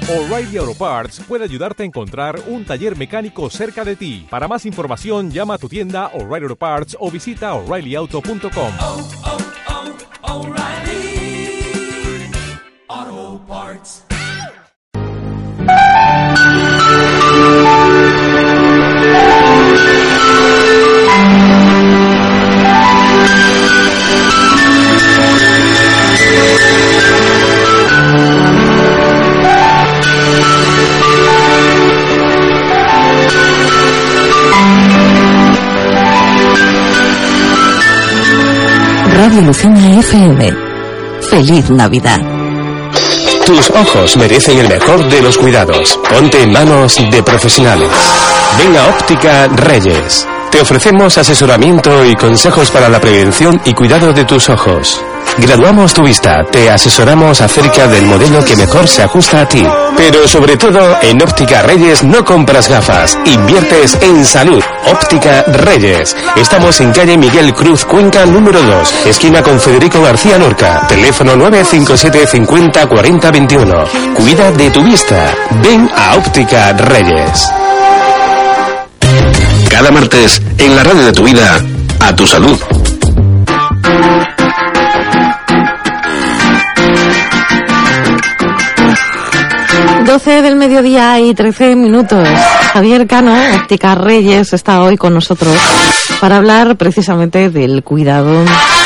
O'Reilly Auto Parts puede ayudarte a encontrar un taller mecánico cerca de ti. Para más información, llama a tu tienda O'Reilly Auto Parts o visita O'ReillyAuto.com. O'Reilly Auto Parts. Radio Lucena FM. Feliz Navidad. Tus ojos merecen el mejor de los cuidados. Ponte en manos de profesionales. Ven a Óptica Reyes. Te ofrecemos asesoramiento y consejos para la prevención y cuidado de tus ojos. Graduamos tu vista, te asesoramos acerca del modelo que mejor se ajusta a ti. Pero sobre todo, en Óptica Reyes no compras gafas, inviertes en salud. Óptica Reyes. Estamos en calle Miguel Cruz, Cuenca, número 2, esquina con Federico García Lorca. Teléfono 957 50 40 21. Cuida de tu vista. Ven a Óptica Reyes. Cada martes, en la radio de tu vida, a tu salud. 12 del mediodía y 13 minutos. Javier Cano, Óptica Reyes, está hoy con nosotros para hablar precisamente del cuidado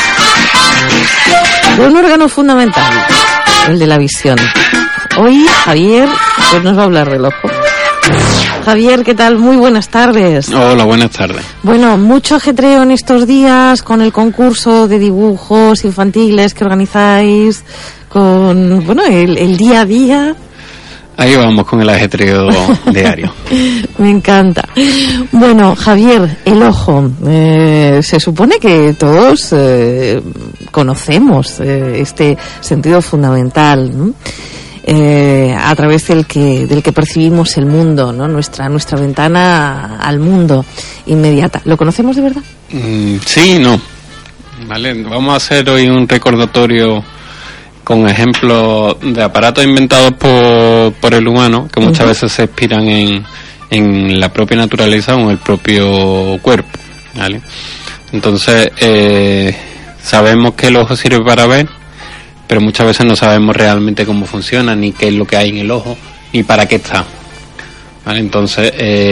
de un órgano fundamental, el de la visión. Hoy Javier pues nos va a hablar del ojo. Javier, ¿qué tal? Muy buenas tardes. Hola, buenas tardes. Bueno, mucho ajetreo en estos días con el concurso de dibujos infantiles que organizáis, con el día a día. Ahí vamos con el ajetreo diario. Me encanta. Bueno, Javier, el ojo. Se supone que todos conocemos este sentido fundamental, ¿no? A través del que percibimos el mundo, ¿no? Nuestra ventana al mundo inmediata. ¿Lo conocemos de verdad? Sí, no. Vale, vamos a hacer hoy un recordatorio con ejemplos de aparatos inventados por el humano, que muchas veces se inspiran en la propia naturaleza o en el propio cuerpo, ¿vale? Entonces, sabemos que el ojo sirve para ver, pero muchas veces no sabemos realmente cómo funciona, ni qué es lo que hay en el ojo, ni para qué está, ¿vale? Entonces,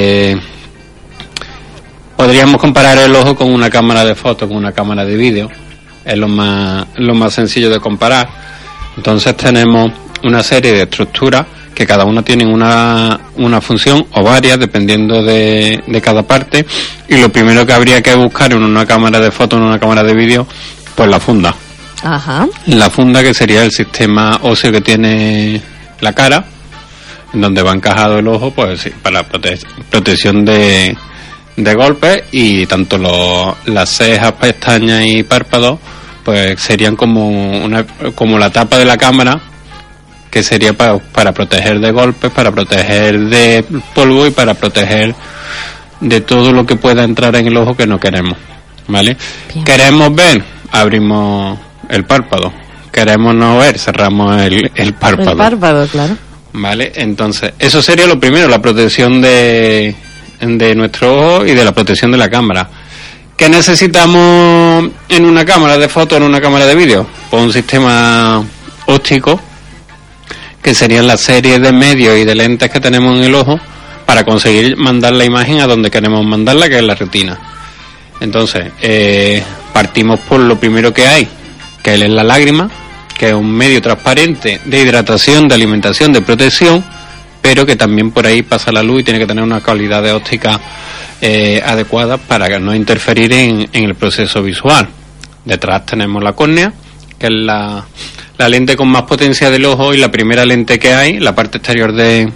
podríamos comparar el ojo con una cámara de fotos, con una cámara de vídeo. Es lo más sencillo de comparar. Entonces tenemos una serie de estructuras que cada una tiene una función o varias dependiendo de cada parte, y lo primero que habría que buscar en una cámara de foto, en una cámara de vídeo, pues la funda. Ajá. La funda, que sería el sistema óseo que tiene la cara, en donde va encajado el ojo, pues sí, para protección de golpes, y tanto las cejas, pestañas y párpados pues serían como la tapa de la cámara, que sería para proteger de golpes, para proteger de polvo y para proteger de todo lo que pueda entrar en el ojo que no queremos, ¿vale? Bien. ¿Queremos ver? Abrimos el párpado. ¿Queremos no ver? Cerramos el párpado. El párpado, claro. ¿Vale? Entonces, eso sería lo primero, la protección de nuestro ojo y de la protección de la cámara. ¿Qué necesitamos en una cámara de foto, en una cámara de vídeo? Pues un sistema óptico, que serían la serie de medios y de lentes que tenemos en el ojo para conseguir mandar la imagen a donde queremos mandarla, que es la retina. Entonces, partimos por lo primero que hay, que es la lágrima, que es un medio transparente de hidratación, de alimentación, de protección, pero que también por ahí pasa la luz y tiene que tener una calidad de óptica adecuada para no interferir en el proceso visual. Detrás tenemos la córnea, que es la lente con más potencia del ojo y la primera lente que hay, la parte exterior del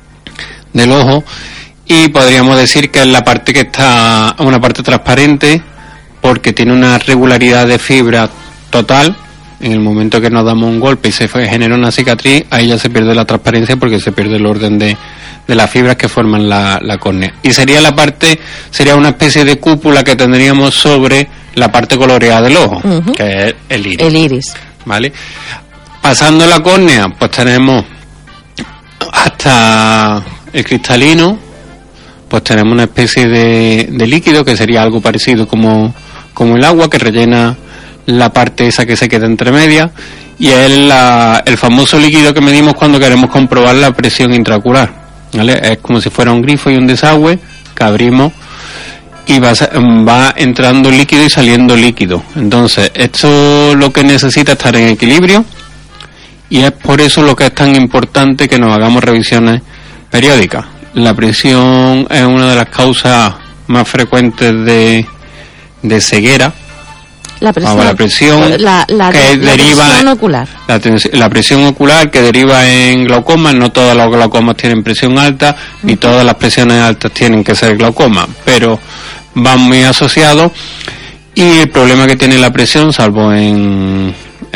ojo, y podríamos decir que es la parte que está, una parte transparente, porque tiene una regularidad de fibra total. En el momento que nos damos un golpe y se genera una cicatriz, ahí ya se pierde la transparencia, porque se pierde el orden de las fibras que forman la córnea. Y sería una especie de cúpula que tendríamos sobre la parte coloreada del ojo, que es el iris. El iris. ¿Vale? Pasando la córnea, pues tenemos está el cristalino, pues tenemos una especie de líquido que sería algo parecido como el agua, que rellena la parte esa que se queda entre medias, y es el famoso líquido que medimos cuando queremos comprobar la presión intraocular, ¿vale? Es como si fuera un grifo y un desagüe que abrimos y va entrando líquido y saliendo líquido. Entonces esto lo que necesita es estar en equilibrio, y es por eso lo que es tan importante que nos hagamos revisiones periódicas. La presión es una de las causas más frecuentes de ceguera. La presión que deriva presión ocular. La presión ocular que deriva en glaucoma. No todos los glaucomas tienen presión alta, ni todas las presiones altas tienen que ser glaucoma, pero van muy asociados. Y el problema que tiene la presión, salvo en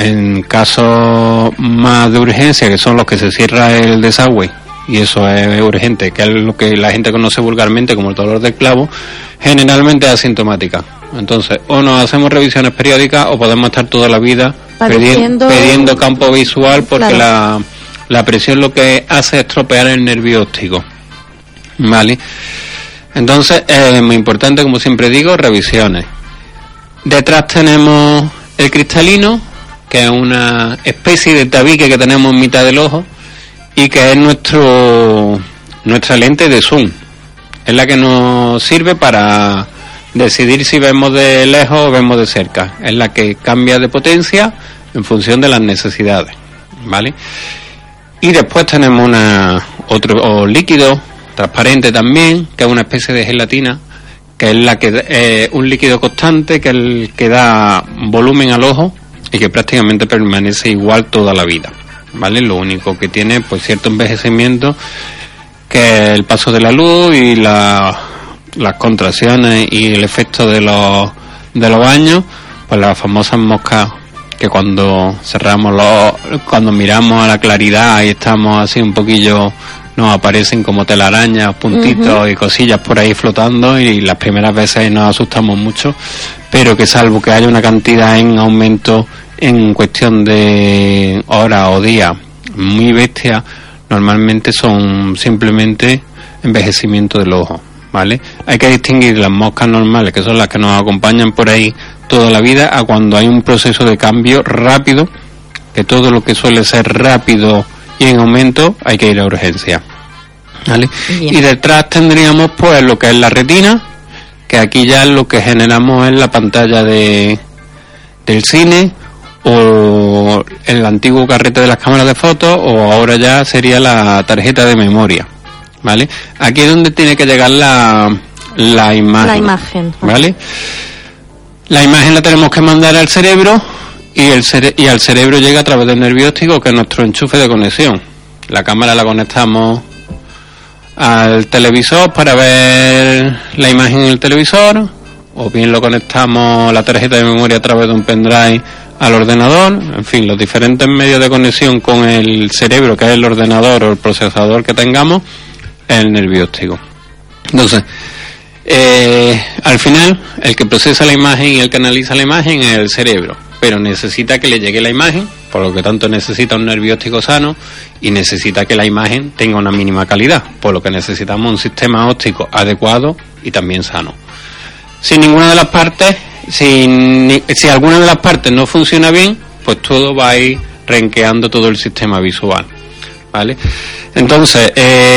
casos más de urgencia, que son los que se cierra el desagüe, y eso es urgente, que es lo que la gente conoce vulgarmente como el dolor del clavo, generalmente es asintomática. Entonces, o nos hacemos revisiones periódicas o podemos estar toda la vida pidiendo campo visual, porque claro, la presión lo que hace es estropear el nervio óptico, ¿vale? Entonces, es muy importante, como siempre digo, revisiones. Detrás tenemos el cristalino, que es una especie de tabique que tenemos en mitad del ojo y que es nuestra lente de zoom. Es la que nos sirve para decidir si vemos de lejos o vemos de cerca. Es la que cambia de potencia en función de las necesidades, ¿vale? Y después tenemos otro líquido transparente también, que es una especie de gelatina, que es un líquido constante, que es el que da volumen al ojo y que prácticamente permanece igual toda la vida, ¿vale? Lo único que tiene, pues, cierto envejecimiento, que es el paso de la luz y las contracciones y el efecto de los años, pues las famosas moscas que cuando cuando miramos a la claridad y estamos así un poquillo, nos aparecen como telarañas, puntitos y cosillas por ahí flotando, y las primeras veces nos asustamos mucho, pero que salvo que haya una cantidad en aumento en cuestión de horas o días muy bestia, normalmente son simplemente envejecimiento del ojo, ¿vale? Hay que distinguir las moscas normales, que son las que nos acompañan por ahí toda la vida, a cuando hay un proceso de cambio rápido, que todo lo que suele ser rápido y en aumento hay que ir a urgencia, ¿vale? Bien. Y detrás tendríamos pues lo que es la retina, que aquí ya lo que generamos es la pantalla del cine, o el antiguo carrete de las cámaras de fotos, o ahora ya sería la tarjeta de memoria, ¿vale? Aquí es donde tiene que llegar la imagen. La imagen, ¿vale? La imagen la tenemos que mandar al cerebro, y al cerebro llega a través del nervio óptico, que es nuestro enchufe de conexión. La cámara la conectamos al televisor para ver la imagen en el televisor, o bien lo conectamos la tarjeta de memoria a través de un pendrive al ordenador. En fin, los diferentes medios de conexión con el cerebro, que es el ordenador o el procesador que tengamos, es el nervio óptico. Entonces, al final, el que procesa la imagen y el que analiza la imagen es el cerebro, pero necesita que le llegue la imagen, por lo que tanto necesita un nervio óptico sano, y necesita que la imagen tenga una mínima calidad, por lo que necesitamos un sistema óptico adecuado y también sano. Si ninguna de las partes, si alguna de las partes no funciona bien, pues todo va a ir renqueando todo el sistema visual, ¿vale? Entonces,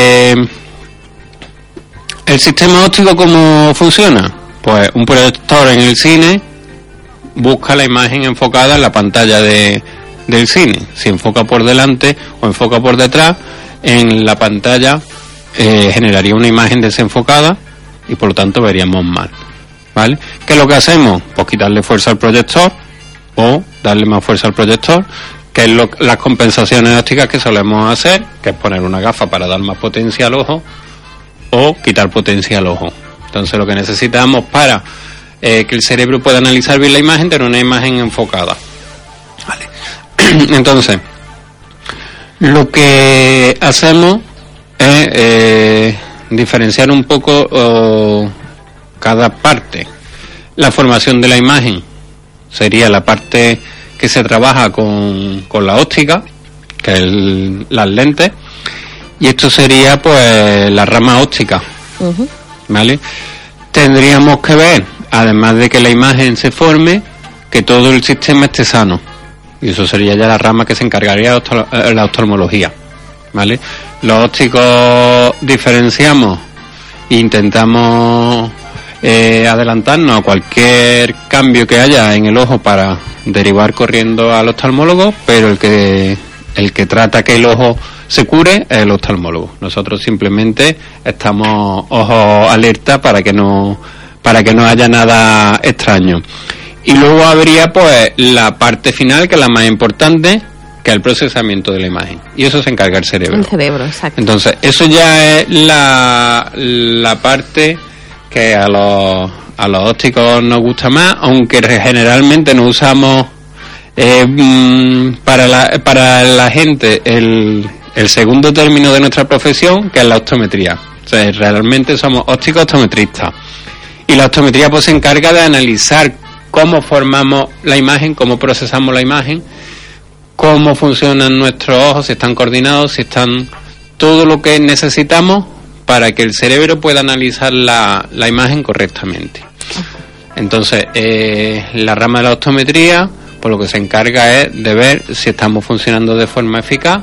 ¿el sistema óptico cómo funciona? Pues un proyector en el cine busca la imagen enfocada en la pantalla del cine. Si enfoca por delante o enfoca por detrás, en la pantalla generaría una imagen desenfocada y por lo tanto veríamos mal, ¿vale? ¿Qué es lo que hacemos? Pues quitarle fuerza al proyector o darle más fuerza al proyector, que es las compensaciones ópticas que solemos hacer, que es poner una gafa para dar más potencia al ojo o quitar potencia al ojo. Entonces lo que necesitamos para que el cerebro pueda analizar bien la imagen, tener una imagen enfocada, ¿vale? Entonces, lo que hacemos es diferenciar un poco cada parte. La formación de la imagen sería la parte que se trabaja con la óptica, que es las lentes, y esto sería pues la rama óptica, ¿vale? Tendríamos que ver, además de que la imagen se forme, que todo el sistema esté sano, y eso sería ya la rama que se encargaría de la oftalmología, ¿vale? Los ópticos diferenciamos e intentamos adelantarnos a cualquier cambio que haya en el ojo para derivar corriendo al oftalmólogo, pero el que trata que el ojo se cure es el oftalmólogo. Nosotros simplemente estamos ojos alerta para que no haya nada extraño. Y luego habría pues la parte final, que es la más importante, que es el procesamiento de la imagen, y eso se encarga el cerebro. El cerebro, exacto. Entonces eso ya es la parte que a los ópticos nos gusta más, aunque generalmente no usamos para la gente el segundo término de nuestra profesión, que es la optometría. O sea, realmente somos ópticos optometristas, y la optometría pues se encarga de analizar cómo formamos la imagen, cómo procesamos la imagen, cómo funcionan nuestros ojos, si están coordinados, si están todo lo que necesitamos para que el cerebro pueda analizar la imagen correctamente. Entonces, la rama de la optometría, por lo que se encarga es de ver si estamos funcionando de forma eficaz,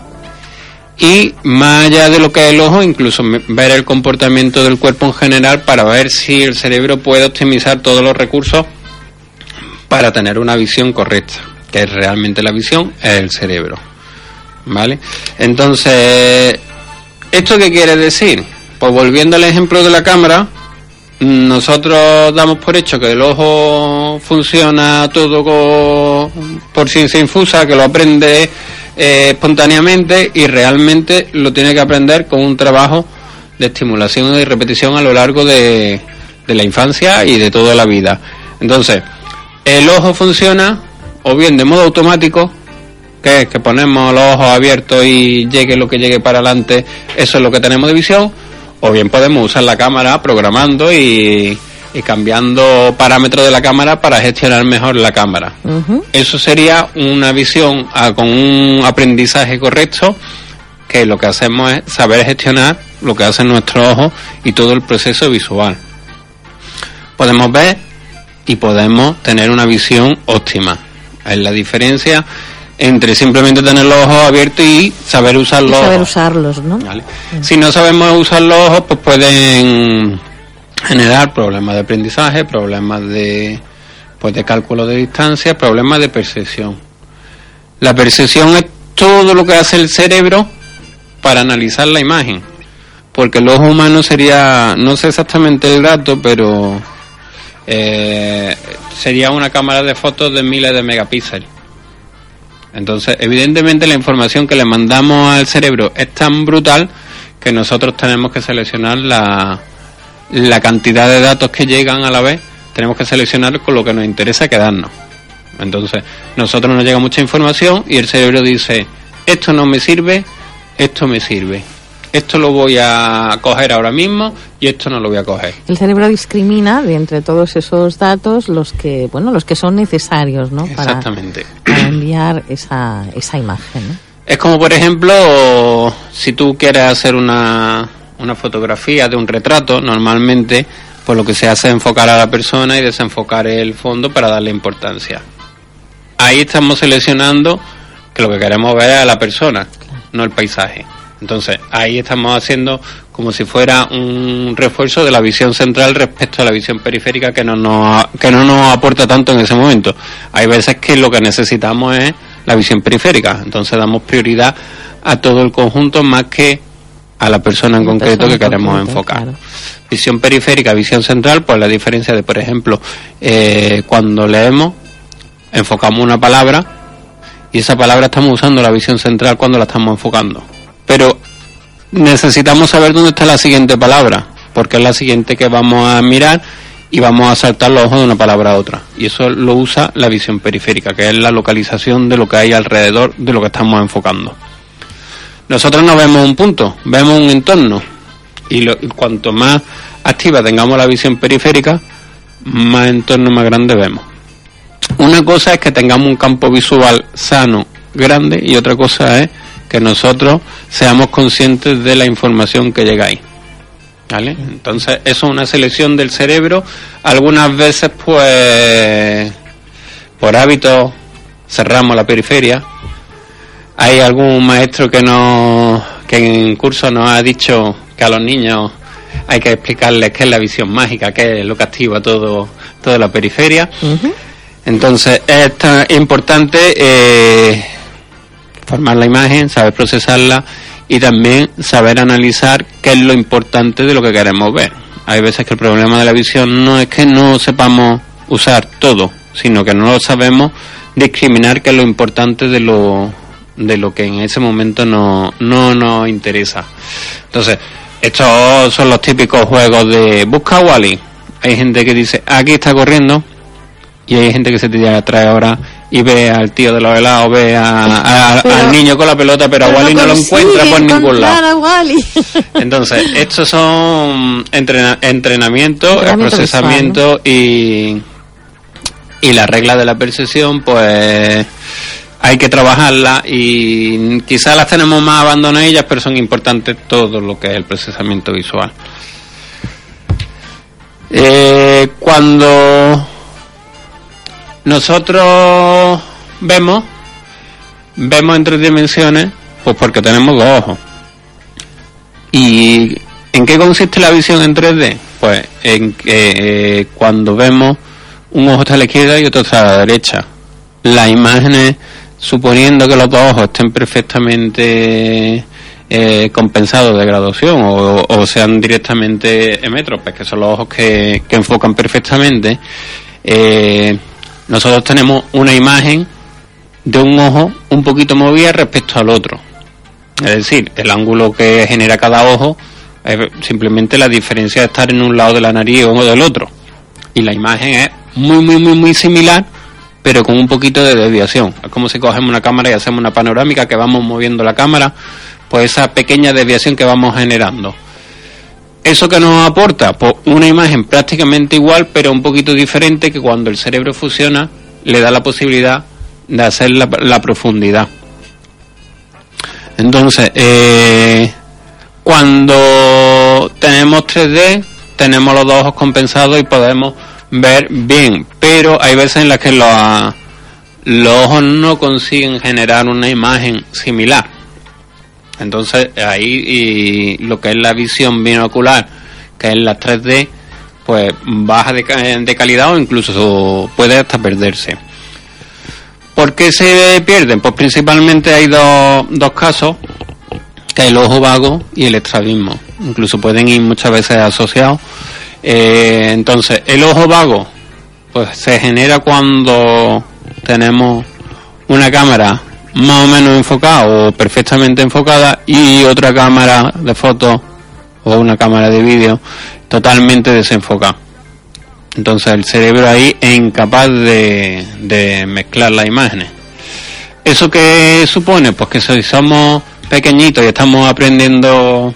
y más allá de lo que es el ojo, incluso ver el comportamiento del cuerpo en general para ver si el cerebro puede optimizar todos los recursos para tener una visión correcta, que realmente la visión es el cerebro, ¿vale? Entonces, ¿esto qué quiere decir? Pues volviendo al ejemplo de la cámara, nosotros damos por hecho que el ojo funciona todo por ciencia infusa, que lo aprende espontáneamente, y realmente lo tiene que aprender con un trabajo de estimulación y repetición a lo largo de la infancia y de toda la vida. Entonces, el ojo funciona o bien de modo automático, que es que ponemos los ojos abiertos y llegue lo que llegue para adelante, eso es lo que tenemos de visión, o bien podemos usar la cámara programando y cambiando parámetros de la cámara para gestionar mejor la cámara. Eso sería una visión con un aprendizaje correcto, que lo que hacemos es saber gestionar lo que hacen nuestros ojos y todo el proceso visual. Podemos ver y podemos tener una visión óptima. Es la diferencia entre simplemente tener los ojos abiertos y saber usar los ojos. Saber usarlos, ¿no? ¿Vale? Si no sabemos usar los ojos, pues pueden generar problemas de aprendizaje, problemas de cálculo de distancia, problemas de percepción. La percepción es todo lo que hace el cerebro para analizar la imagen, porque el ojo humano sería, no sé exactamente el dato, pero sería una cámara de fotos de miles de megapíxeles. Entonces, evidentemente la información que le mandamos al cerebro es tan brutal que nosotros tenemos que seleccionar la cantidad de datos que llegan a la vez, tenemos que seleccionar con lo que nos interesa quedarnos. Entonces, nosotros nos llega mucha información y el cerebro dice, esto no me sirve, esto me sirve. Esto lo voy a coger ahora mismo y esto no lo voy a coger. El cerebro discrimina de entre todos esos datos los que son necesarios, ¿no? Exactamente. Para enviar esa imagen, ¿no? Es como, por ejemplo, si tú quieres hacer una fotografía de un retrato, normalmente pues lo que se hace es enfocar a la persona y desenfocar el fondo para darle importancia. Ahí estamos seleccionando que lo que queremos ver es a la persona, no el paisaje. Entonces, ahí estamos haciendo como si fuera un refuerzo de la visión central respecto a la visión periférica que no nos aporta tanto en ese momento. Hay veces que lo que necesitamos es la visión periférica, entonces damos prioridad a todo el conjunto más que a la persona en concreto que queremos enfocar. Claro. Visión periférica, visión central, pues la diferencia de, por ejemplo, cuando leemos, enfocamos una palabra y esa palabra estamos usando la visión central cuando la estamos enfocando. Pero necesitamos saber dónde está la siguiente palabra, porque es la siguiente que vamos a mirar y vamos a saltar los ojos de una palabra a otra. Y eso lo usa la visión periférica, que es la localización de lo que hay alrededor de lo que estamos enfocando. Nosotros no vemos un punto, vemos un entorno. Y cuanto más activa tengamos la visión periférica, más entorno más grande vemos. Una cosa es que tengamos un campo visual sano, grande, y otra cosa es que nosotros seamos conscientes de la información que llega ahí, ¿vale? Entonces eso es una selección del cerebro. Algunas veces pues por hábito cerramos la periferia. Hay algún maestro que en curso nos ha dicho que a los niños hay que explicarles qué es la visión mágica, qué es lo que activa toda la periferia. Uh-huh. Entonces es tan importante formar la imagen, saber procesarla y también saber analizar qué es lo importante de lo que queremos ver. Hay veces que el problema de la visión no es que no sepamos usar todo, sino que no lo sabemos discriminar qué es lo importante de lo que en ese momento no nos interesa. Entonces, estos son los típicos juegos de busca a Wally. Hay gente que dice, aquí está corriendo, y hay gente que se tira atrás ahora y ve al tío de los helados, ve al niño con la pelota, pero a Wally no lo encuentra por ningún lado. Entonces, estos son entrenamiento, el procesamiento visual, ¿no? Y la regla de la percepción, pues hay que trabajarla y quizás las tenemos más abandonadillas, pero son importantes todo lo que es el procesamiento visual. Cuando nosotros vemos en 3 dimensiones, pues porque tenemos 2 ojos. ¿Y en qué consiste la visión en 3D? Pues en que cuando vemos un ojo está a la izquierda y otro está a la derecha, las imágenes, suponiendo que los 2 ojos estén perfectamente compensados de graduación o sean directamente emétropes, que son los ojos que enfocan perfectamente, nosotros tenemos una imagen de un ojo un poquito movida respecto al otro. Es decir, el ángulo que genera cada ojo es simplemente la diferencia de estar en un lado de la nariz o del otro. Y la imagen es muy similar, pero con un poquito de desviación. Es como si cogemos una cámara y hacemos una panorámica, que vamos moviendo la cámara, pues esa pequeña desviación que vamos generando. ¿Eso que nos aporta? Pues una imagen prácticamente igual, pero un poquito diferente, que cuando el cerebro fusiona, le da la posibilidad de hacer la profundidad. Entonces, cuando tenemos 3D, tenemos los 2 ojos compensados y podemos ver bien, pero hay veces en las que los ojos no consiguen generar una imagen similar. Entonces ahí lo que es la visión binocular, que es la 3D, pues baja de calidad o incluso puede hasta perderse. ¿Por qué se pierden? Pues principalmente hay dos casos, que es el ojo vago y el estrabismo. Incluso pueden ir muchas veces asociados. Entonces, el ojo vago pues se genera cuando tenemos una cámara más o menos enfocada o perfectamente enfocada y otra cámara de foto o una cámara de vídeo totalmente desenfocada. Entonces el cerebro ahí es incapaz de mezclar las imágenes. ¿Eso qué supone? Pues que si somos pequeñitos y estamos aprendiendo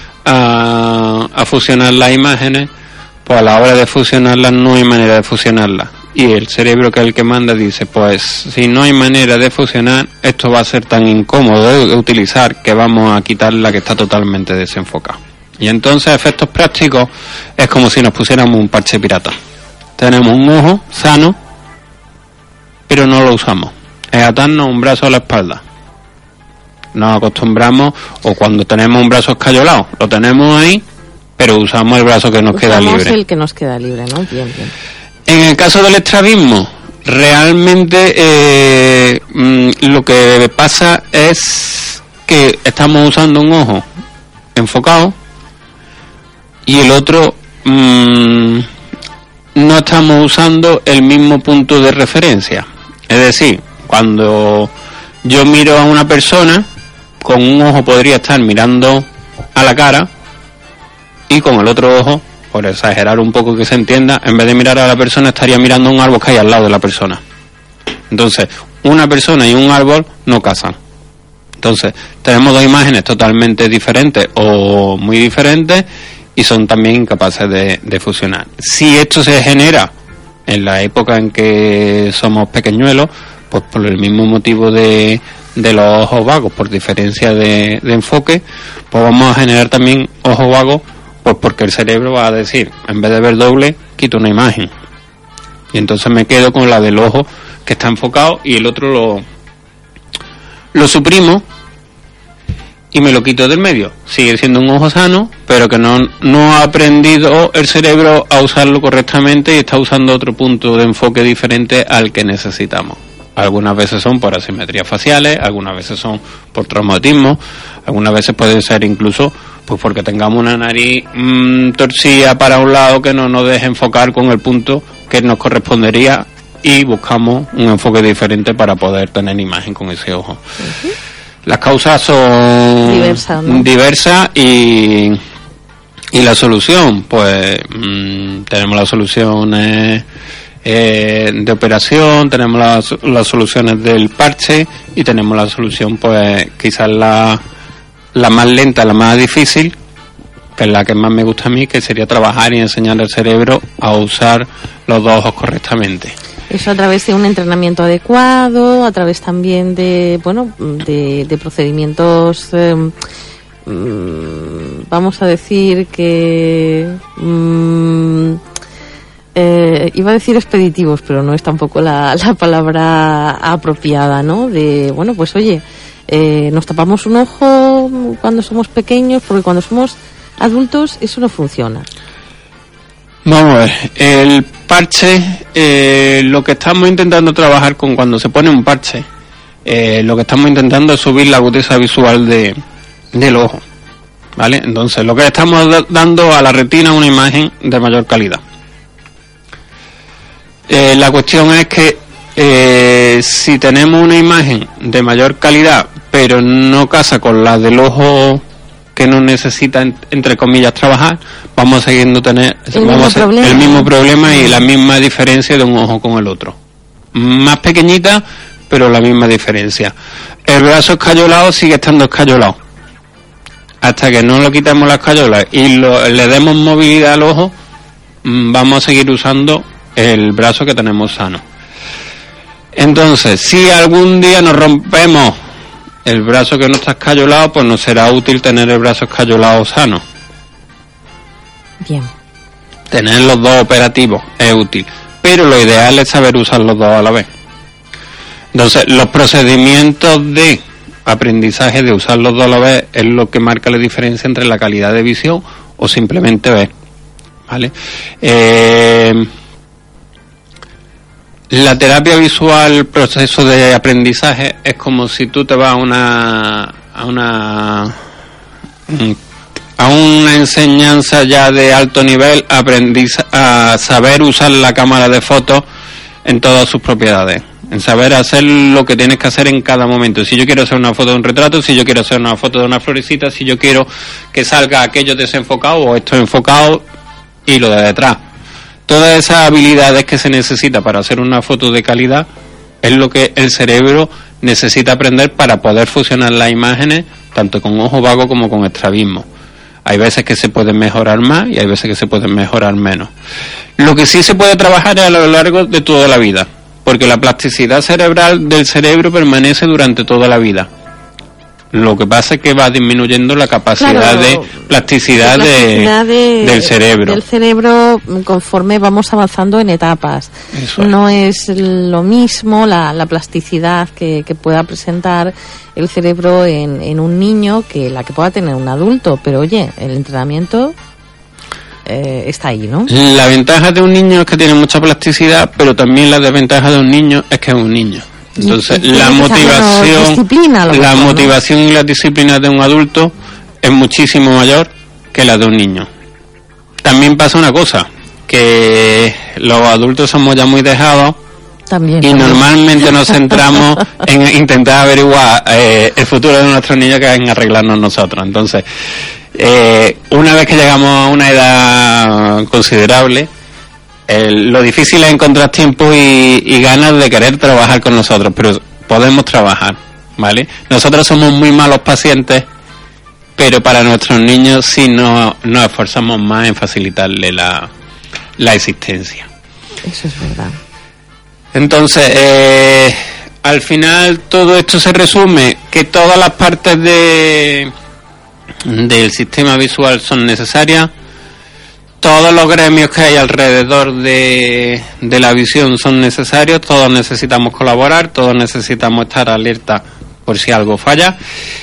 a fusionar las imágenes, pues a la hora de fusionarlas no hay manera de fusionarlas. Y el cerebro, que es el que manda, dice, pues si no hay manera de fusionar, esto va a ser tan incómodo de utilizar que vamos a quitar la que está totalmente desenfocada. Y entonces, a efectos prácticos, es como si nos pusiéramos un parche pirata. Tenemos un ojo sano, pero no lo usamos. Es atarnos un brazo a la espalda. Nos acostumbramos, o cuando tenemos un brazo escayolado, lo tenemos ahí, pero usamos el brazo que nos queda libre. Usamos el que nos queda libre, ¿no? Bien. En el caso del estrabismo, realmente lo que pasa es que estamos usando un ojo enfocado y el otro no estamos usando el mismo punto de referencia. Es decir, cuando yo miro a una persona, con un ojo podría estar mirando a la cara y con el otro ojo, por exagerar un poco que se entienda, en vez de mirar a la persona estaría mirando a un árbol que hay al lado de la persona. Entonces, una persona y un árbol no casan. Entonces, tenemos 2 imágenes totalmente diferentes o muy diferentes y son también incapaces de fusionar. Si esto se genera en la época en que somos pequeñuelos, pues por el mismo motivo de de los ojos vagos por diferencia de enfoque, pues vamos a generar también ojos vagos, pues porque el cerebro va a decir, en vez de ver doble, quito una imagen. Y entonces me quedo con la del ojo que está enfocado y el otro lo suprimo y me lo quito del medio. Sigue siendo un ojo sano, pero que no ha aprendido el cerebro a usarlo correctamente y está usando otro punto de enfoque diferente al que necesitamos. Algunas veces son por asimetrías faciales, algunas veces son por traumatismo, algunas veces puede ser incluso pues porque tengamos una nariz torcida para un lado que no nos deje enfocar con el punto que nos correspondería y buscamos un enfoque diferente para poder tener imagen con ese ojo. Uh-huh. Las causas son diversas y la solución, pues tenemos las soluciones de operación, tenemos las soluciones del parche y tenemos la solución, pues quizás la más lenta, la más difícil, que es la que más me gusta a mí, que sería trabajar y enseñar al cerebro a usar los dos ojos correctamente. Eso a través de un entrenamiento adecuado, a través también de procedimientos, vamos a decir que iba a decir expeditivos, pero no es tampoco la palabra apropiada, ¿no? De, bueno, pues oye, nos tapamos un ojo cuando somos pequeños, porque cuando somos adultos eso no funciona. Vamos a ver, el parche, lo que estamos intentando trabajar con cuando se pone un parche, lo que estamos intentando es subir la agudeza visual del ojo, ¿vale? Entonces, lo que estamos dando a la retina una imagen de mayor calidad. La cuestión es que si tenemos una imagen de mayor calidad, pero no casa con la del ojo que no necesita, entre comillas, trabajar, vamos a seguir tener el mismo problema y la misma diferencia de un ojo con el otro. Más pequeñita, pero la misma diferencia. El brazo escayolado sigue estando escayolado. Hasta que no lo quitemos las escayolas y le demos movilidad al ojo, vamos a seguir usando el brazo que tenemos sano. Entonces, si algún día nos rompemos el brazo que no está escayolado, pues nos será útil tener el brazo escayolado sano. Bien. Tener los dos operativos es útil, pero lo ideal es saber usar los dos a la vez. Entonces, los procedimientos de aprendizaje de usar los dos a la vez es lo que marca la diferencia entre la calidad de visión o simplemente ver, ¿vale? La terapia visual, proceso de aprendizaje, es como si tú te vas a una enseñanza ya de alto nivel, a saber usar la cámara de fotos en todas sus propiedades, en saber hacer lo que tienes que hacer en cada momento. Si yo quiero hacer una foto de un retrato, si yo quiero hacer una foto de una florecita, si yo quiero que salga aquello desenfocado o esto enfocado y lo de detrás. Todas esas habilidades que se necesita para hacer una foto de calidad es lo que el cerebro necesita aprender para poder fusionar las imágenes tanto con ojo vago como con estrabismo. Hay veces que se pueden mejorar más y hay veces que se pueden mejorar menos. Lo que sí se puede trabajar es a lo largo de toda la vida, porque la plasticidad cerebral del cerebro permanece durante toda la vida. Lo que pasa es que va disminuyendo la capacidad de plasticidad del cerebro. Del cerebro conforme vamos avanzando en etapas. Eso no es lo mismo la plasticidad que pueda presentar el cerebro en un niño que la que pueda tener un adulto. Pero oye, el entrenamiento está ahí, ¿no? La ventaja de un niño es que tiene mucha plasticidad, pero también la desventaja de un niño es que es un niño. Entonces la motivación y la disciplina de un adulto es muchísimo mayor que la de un niño. También pasa una cosa, que los adultos somos ya muy dejados y normalmente nos centramos en intentar averiguar el futuro de nuestros niños que en arreglarnos nosotros. Entonces, una vez que llegamos a una edad considerable, lo difícil es encontrar tiempo y ganas de querer trabajar con nosotros, pero podemos trabajar, ¿vale? Nosotros somos muy malos pacientes, pero para nuestros niños sí nos esforzamos más en facilitarle la existencia. Eso es verdad. Entonces, al final todo esto se resume que todas las partes del sistema visual son necesarias. Todos los gremios que hay alrededor de la visión son necesarios, todos necesitamos colaborar, todos necesitamos estar alerta por si algo falla.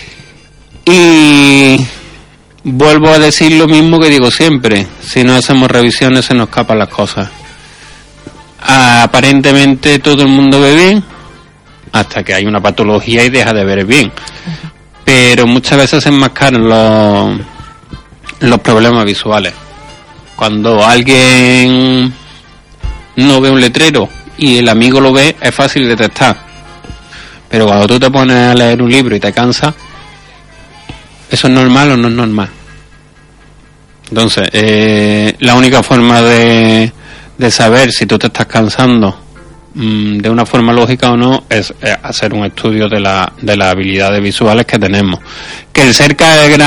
Y vuelvo a decir lo mismo que digo siempre, si no hacemos revisiones se nos escapan las cosas. Aparentemente todo el mundo ve bien, hasta que hay una patología y deja de ver bien. Pero muchas veces se enmascaran los problemas visuales. Cuando alguien no ve un letrero y el amigo lo ve, es fácil detectar. Pero cuando tú te pones a leer un libro y te cansas, ¿eso es normal o no es normal? Entonces, la única forma de saber si tú te estás cansando de una forma lógica o no es hacer un estudio de las habilidades visuales que tenemos. Que el cerca es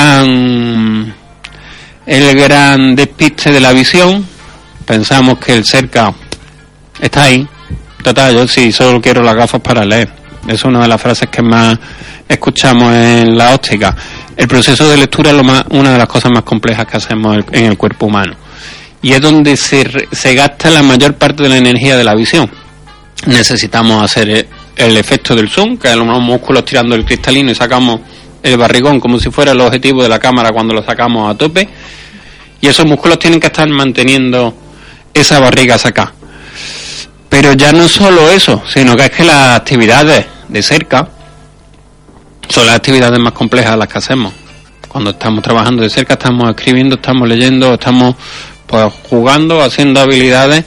el gran despiste de la visión. Pensamos que el cerca está ahí. Total, yo sí solo quiero las gafas para leer. Es una de las frases que más escuchamos en la óptica. El proceso de lectura es una de las cosas más complejas que hacemos en el cuerpo humano. Y es donde se gasta la mayor parte de la energía de la visión. Necesitamos hacer el efecto del zoom, que es los músculos tirando el cristalino y sacamos el barrigón como si fuera el objetivo de la cámara cuando lo sacamos a tope, y esos músculos tienen que estar manteniendo esa barriga sacada. Pero ya no solo eso, sino que es que las actividades de cerca son las actividades más complejas las que hacemos. Cuando estamos trabajando de cerca, estamos escribiendo, estamos leyendo, estamos pues jugando, haciendo habilidades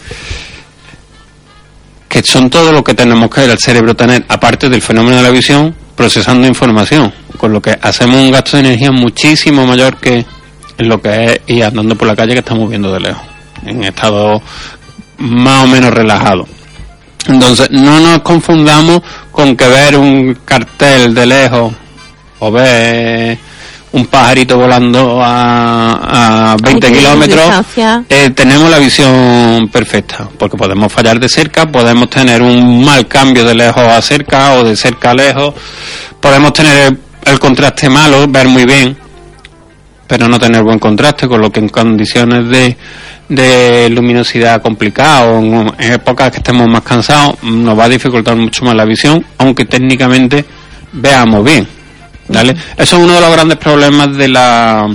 que son todo lo que tenemos que el cerebro tener, aparte del fenómeno de la visión, procesando información, con lo que hacemos un gasto de energía muchísimo mayor que en lo que es ir andando por la calle que estamos viendo de lejos, en estado más o menos relajado. Entonces no nos confundamos con que ver un cartel de lejos o ver un pajarito volando a 20 kilómetros, tenemos la visión perfecta, porque podemos fallar de cerca, podemos tener un mal cambio de lejos a cerca o de cerca a lejos, podemos tener el contraste malo, ver muy bien, pero no tener buen contraste, con lo que en condiciones de luminosidad complicada o en épocas que estemos más cansados nos va a dificultar mucho más la visión, aunque técnicamente veamos bien. ¿Vale? Eso es uno de los grandes problemas de la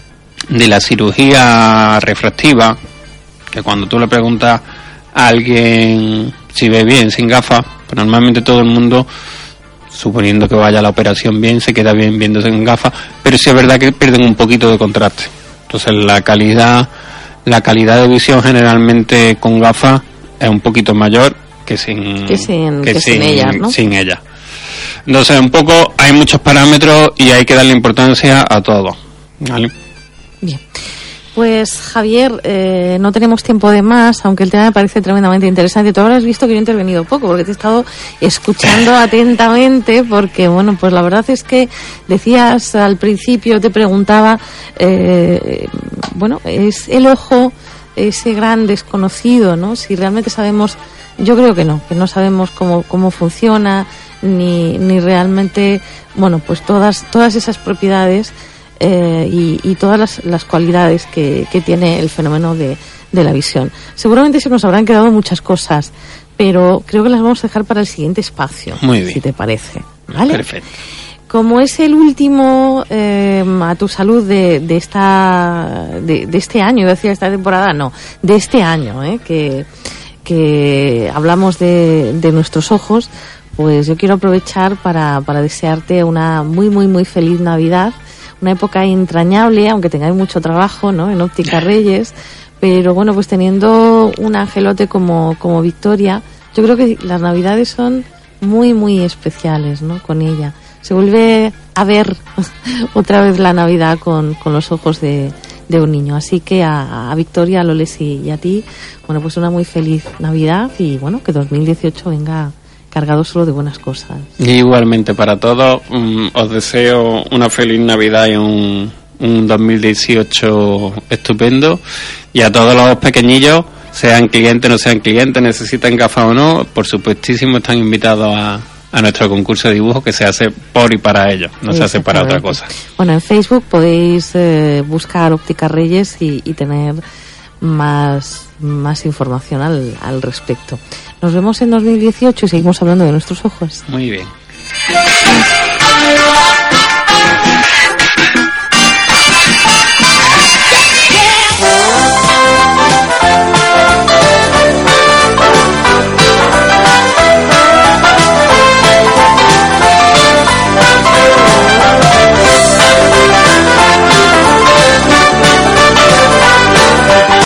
cirugía refractiva, que cuando tú le preguntas a alguien si ve bien sin gafas, pues normalmente todo el mundo, suponiendo que vaya a la operación bien, se queda bien viéndose en gafas, pero sí es verdad que pierden un poquito de contraste. Entonces la calidad de visión generalmente con gafas es un poquito mayor que sin ellas, ¿no? Sin ellas. Entonces, un poco, hay muchos parámetros y hay que darle importancia a todo, ¿vale? Bien. Pues, Javier, no tenemos tiempo de más, aunque el tema me parece tremendamente interesante. Tú habrás visto que yo he intervenido poco, porque te he estado escuchando atentamente, porque, bueno, pues la verdad es que decías al principio, te preguntaba, bueno, es el ojo ese gran desconocido, ¿no? Si realmente sabemos, yo creo que no sabemos cómo funciona, ni realmente, bueno, pues todas esas propiedades y todas las cualidades que tiene el fenómeno de la visión. Seguramente se nos habrán quedado muchas cosas, pero creo que las vamos a dejar para el siguiente espacio. Muy bien. Si te parece, ¿vale? Perfecto. Como es el último a tu salud de este año, iba a decir esta temporada, no, de este año, que hablamos de nuestros ojos, pues yo quiero aprovechar para desearte una muy, muy, muy feliz Navidad, una época entrañable, aunque tengáis mucho trabajo, ¿no?, en Óptica Reyes, pero bueno, pues teniendo un angelote como Victoria, yo creo que las Navidades son muy, muy especiales, ¿no?, con ella. Se vuelve a ver otra vez la Navidad con los ojos de un niño. Así que a Victoria, a Loles y a ti, bueno, pues una muy feliz Navidad y bueno, que 2018 venga cargado solo de buenas cosas. Igualmente para todos, os deseo una feliz Navidad y un 2018 estupendo, y a todos los pequeñillos, sean clientes, no sean clientes, necesitan gafas o no, por supuestísimo están invitados a nuestro concurso de dibujo, que se hace por y para ellos, no se hace para otra cosa. Bueno, en Facebook podéis buscar Óptica Reyes y tener más información al respecto. Nos vemos en 2018 y seguimos hablando de nuestros ojos. Muy bien.